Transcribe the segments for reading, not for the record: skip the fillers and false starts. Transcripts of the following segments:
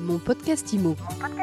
Mon podcast IMO.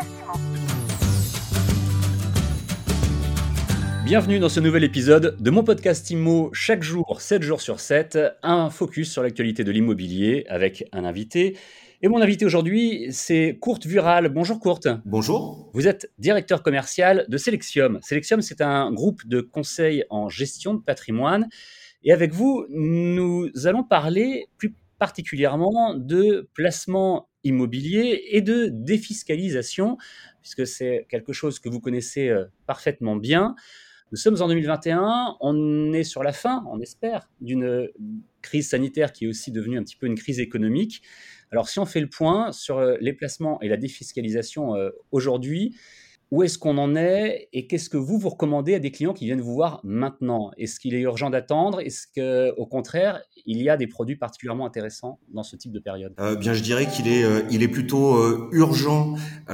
Bienvenue dans ce nouvel épisode de mon podcast IMO, chaque jour, 7 jours sur 7, un focus sur l'actualité de l'immobilier avec un invité. Et mon invité aujourd'hui, c'est Kurt Vural. Bonjour Kurt. Bonjour. Vous êtes directeur commercial de Selexium. Selexium, c'est un groupe de conseil en gestion de patrimoine. Et avec vous, nous allons parler plus particulièrement de placement immobilier et de défiscalisation, puisque c'est quelque chose que vous connaissez parfaitement bien. Nous sommes en 2021, on est sur la fin, on espère, d'une crise sanitaire qui est aussi devenue un petit peu une crise économique. Alors si on fait le point sur les placements et la défiscalisation aujourd'hui, où est-ce qu'on en est et qu'est-ce que vous recommandez à des clients qui viennent vous voir maintenant? Est-ce qu'il est urgent d'attendre? Est-ce qu'au contraire, il y a des produits particulièrement intéressants dans ce type de période? Bien, je dirais qu'il est plutôt urgent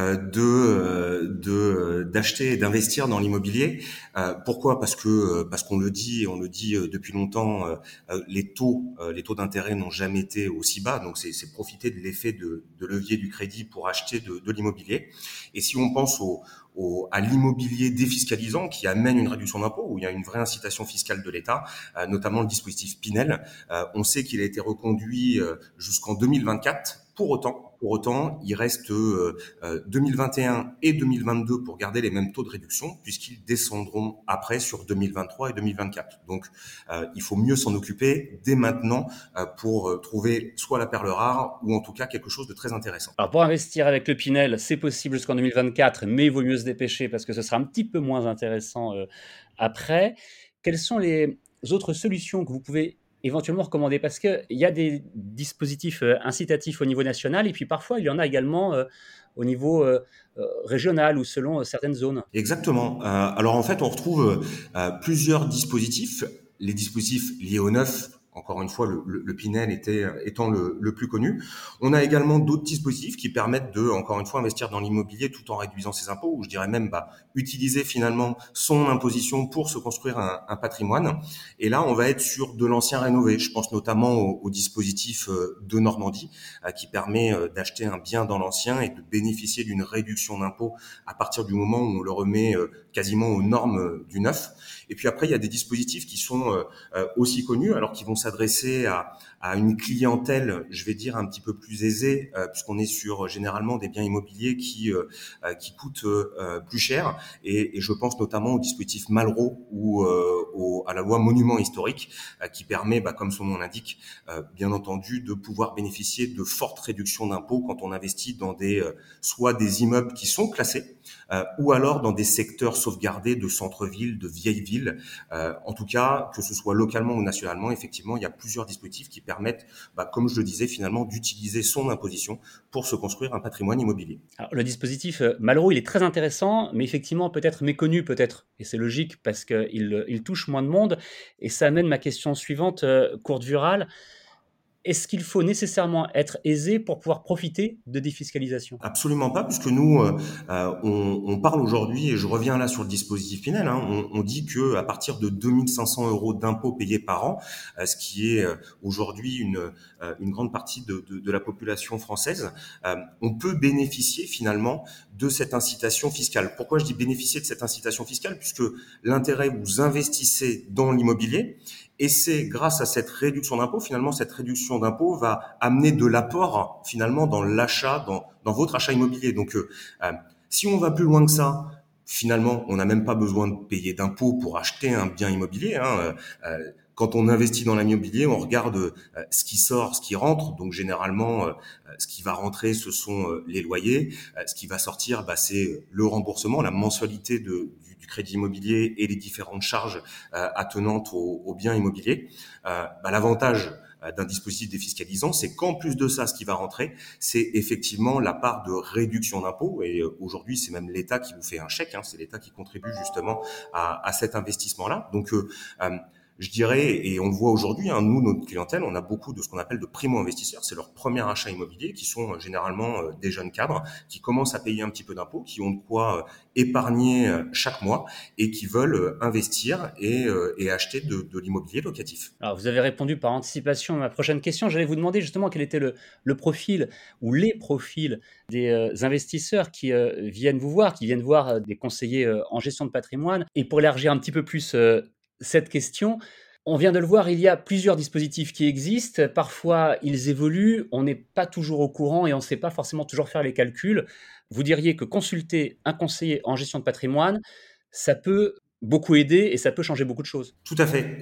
d'acheter et d'investir dans l'immobilier. Pourquoi? Parce qu'on le dit et on le dit depuis longtemps, les taux d'intérêt n'ont jamais été aussi bas. Donc c'est profiter de l'effet de levier du crédit pour acheter de l'immobilier. Et si on pense à l'immobilier défiscalisant qui amène une réduction d'impôt, où il y a une vraie incitation fiscale de l'État, notamment le dispositif Pinel. On sait qu'il a été reconduit jusqu'en 2024. Pour autant, il reste 2021 et 2022 pour garder les mêmes taux de réduction, puisqu'ils descendront après sur 2023 et 2024. Donc, il faut mieux s'en occuper dès maintenant pour trouver soit la perle rare ou en tout cas quelque chose de très intéressant. Alors pour investir avec le Pinel, c'est possible jusqu'en 2024, mais il vaut mieux se dépêcher parce que ce sera un petit peu moins intéressant après. Quelles sont les autres solutions que vous pouvez éventuellement recommander? Parce qu'il y a des dispositifs incitatifs au niveau national et puis parfois il y en a également au niveau régional ou selon certaines zones. Exactement. Alors en fait, on retrouve plusieurs dispositifs. Les dispositifs liés au neuf, encore une fois, le Pinel étant le plus connu. On a également d'autres dispositifs qui permettent de, encore une fois, investir dans l'immobilier tout en réduisant ses impôts, ou je dirais même utiliser finalement son imposition pour se construire un patrimoine. Et là, on va être sur de l'ancien rénové. Je pense notamment au dispositif de Normandie qui permet d'acheter un bien dans l'ancien et de bénéficier d'une réduction d'impôt à partir du moment où on le remet quasiment aux normes du neuf. Et puis après, il y a des dispositifs qui sont aussi connus, alors qui vont s'adresser à une clientèle, je vais dire, un petit peu plus aisée, puisqu'on est sur généralement des biens immobiliers qui coûtent plus cher. Et je pense notamment au dispositif Malraux ou à la loi monument historique, qui permet, comme son nom l'indique, bien entendu, de pouvoir bénéficier de fortes réductions d'impôts quand on investit dans soit des immeubles qui sont classés, ou alors dans des secteurs sauvegardés de centre-ville, de vieilles villes. En tout cas, que ce soit localement ou nationalement, effectivement, il y a plusieurs dispositifs qui permettent, comme je le disais, finalement, d'utiliser son imposition pour se construire un patrimoine immobilier. Alors, le dispositif Malraux, il est très intéressant, mais effectivement peut-être méconnu peut-être. Et c'est logique parce qu'il touche moins de monde. Et ça amène ma question suivante, Kurt Vural. Est-ce qu'il faut nécessairement être aisé pour pouvoir profiter de défiscalisation? Absolument pas, puisque nous, on parle aujourd'hui, et je reviens là sur le dispositif Pinel, on dit que à partir de 2 500 € d'impôts payés par an, ce qui est aujourd'hui une grande partie de la population française, on peut bénéficier finalement de cette incitation fiscale. Pourquoi je dis bénéficier de cette incitation fiscale? Puisque l'intérêt, vous investissez dans l'immobilier, et c'est grâce à cette réduction d'impôt, finalement, cette réduction d'impôt va amener de l'apport, finalement, dans l'achat, dans votre achat immobilier. Donc, si on va plus loin que ça, finalement, on n'a même pas besoin de payer d'impôt pour acheter un bien immobilier. Quand on investit dans l'immobilier, on regarde ce qui sort, ce qui rentre. Donc, généralement, ce qui va rentrer, ce sont les loyers. Ce qui va sortir, c'est le remboursement, la mensualité du crédit immobilier et les différentes charges attenantes aux biens immobiliers. L'avantage d'un dispositif défiscalisant, c'est qu'en plus de ça, ce qui va rentrer, c'est effectivement la part de réduction d'impôt. Et aujourd'hui, c'est même l'État qui vous fait un chèque. C'est l'État qui contribue justement à cet investissement-là. Donc, je dirais, et on le voit aujourd'hui, hein, nous, notre clientèle, on a beaucoup de ce qu'on appelle de primo-investisseurs. C'est leur premier achat immobilier, qui sont généralement des jeunes cadres qui commencent à payer un petit peu d'impôts, qui ont de quoi épargner chaque mois et qui veulent investir et acheter de l'immobilier locatif. Alors, vous avez répondu par anticipation à ma prochaine question. J'allais vous demander justement quel était le profil ou les profils des investisseurs qui viennent vous voir, qui viennent voir des conseillers en gestion de patrimoine. Et pour élargir un petit peu plus cette question, on vient de le voir, il y a plusieurs dispositifs qui existent. Parfois, ils évoluent, on n'est pas toujours au courant et on ne sait pas forcément toujours faire les calculs. Vous diriez que consulter un conseiller en gestion de patrimoine, ça peut beaucoup aider et ça peut changer beaucoup de choses. Tout à fait.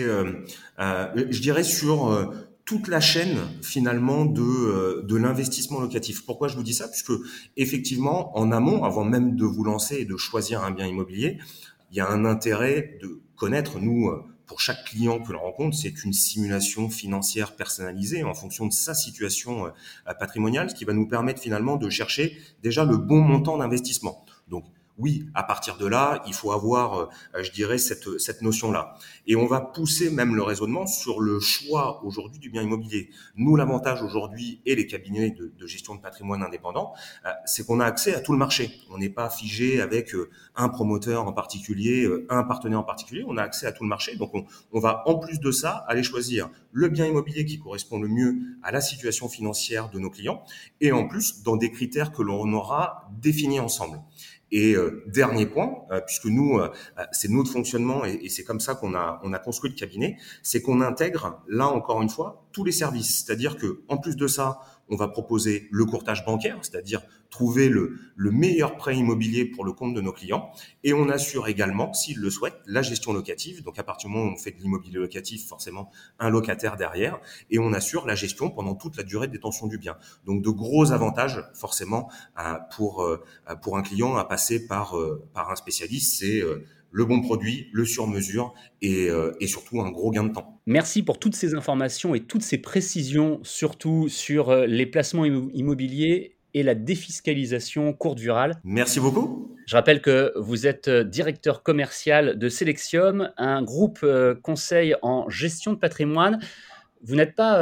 Je dirais, sur toute la chaîne finalement de l'investissement locatif. Pourquoi je vous dis ça? Puisque effectivement, en amont, avant même de vous lancer et de choisir un bien immobilier, il y a un intérêt de connaître, nous, pour chaque client que l'on rencontre, c'est une simulation financière personnalisée en fonction de sa situation patrimoniale, ce qui va nous permettre finalement de chercher déjà le bon montant d'investissement. Donc, oui, à partir de là, il faut avoir, je dirais, cette notion-là. Et on va pousser même le raisonnement sur le choix aujourd'hui du bien immobilier. Nous, l'avantage aujourd'hui, et les cabinets de gestion de patrimoine indépendants, c'est qu'on a accès à tout le marché. On n'est pas figé avec un promoteur en particulier, un partenaire en particulier. On a accès à tout le marché. Donc, on va, en plus de ça, aller choisir le bien immobilier qui correspond le mieux à la situation financière de nos clients. Et en plus, dans des critères que l'on aura définis ensemble. Et dernier point, puisque nous, c'est notre fonctionnement et c'est comme ça qu'on a construit le cabinet, c'est qu'on intègre, là encore une fois, tous les services. C'est-à-dire que en plus de ça, on va proposer le courtage bancaire, c'est-à-dire trouver le meilleur prêt immobilier pour le compte de nos clients. Et on assure également, s'ils le souhaitent, la gestion locative. Donc à partir du moment où on fait de l'immobilier locatif, forcément un locataire derrière. Et on assure la gestion pendant toute la durée de détention du bien. Donc de gros avantages forcément pour un client à passer par un spécialiste. C'est le bon produit, le sur-mesure et surtout un gros gain de temps. Merci pour toutes ces informations et toutes ces précisions, surtout sur les placements immobiliers et la défiscalisation courte durale. Merci beaucoup. Je rappelle que vous êtes directeur commercial de Selexium, un groupe conseil en gestion de patrimoine. Vous n'êtes pas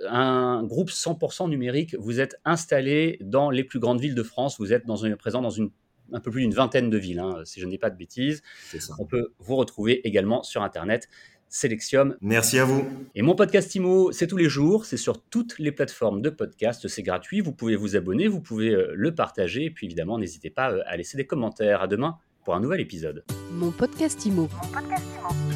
un groupe 100% numérique, vous êtes installé dans les plus grandes villes de France, vous êtes présent dans un peu plus d'une vingtaine de villes, hein, si je ne dis pas de bêtises. C'est ça. On peut vous retrouver également sur Internet, Selexium. Merci à vous. Et mon podcast IMO, c'est tous les jours, c'est sur toutes les plateformes de podcast, c'est gratuit, vous pouvez vous abonner, vous pouvez le partager, et puis évidemment, n'hésitez pas à laisser des commentaires. À demain pour un nouvel épisode. Mon podcast IMO. Mon podcast IMO.